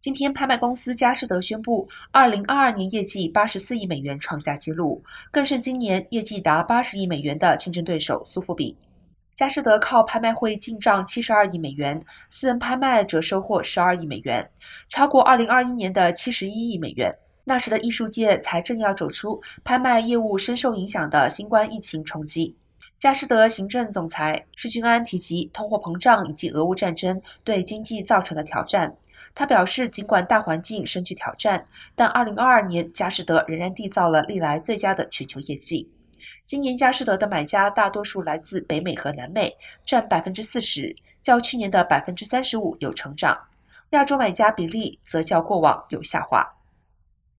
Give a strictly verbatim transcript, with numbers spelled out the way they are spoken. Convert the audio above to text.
今天，拍卖公司佳士得宣布，二零二二年业绩八十四亿美元创下纪录，更胜今年业绩达八十亿美元的竞争对手苏富比。佳士得靠拍卖会进账七十二亿美元，私人拍卖则收获十二亿美元，超过二零二一年的七十一亿美元。那时的艺术界才正要走出拍卖业务深受影响的新冠疫情冲击。佳士得行政总裁施俊安提及通货膨胀以及俄乌战争对经济造成的挑战。他表示，尽管大环境深具挑战，但二零二二年佳士得仍然缔造了历来最佳的全球业绩。今年佳士得的买家大多数来自北美和南美，占百分之四十，较去年的百分之三十五有成长。亚洲买家比例则较过往有下滑。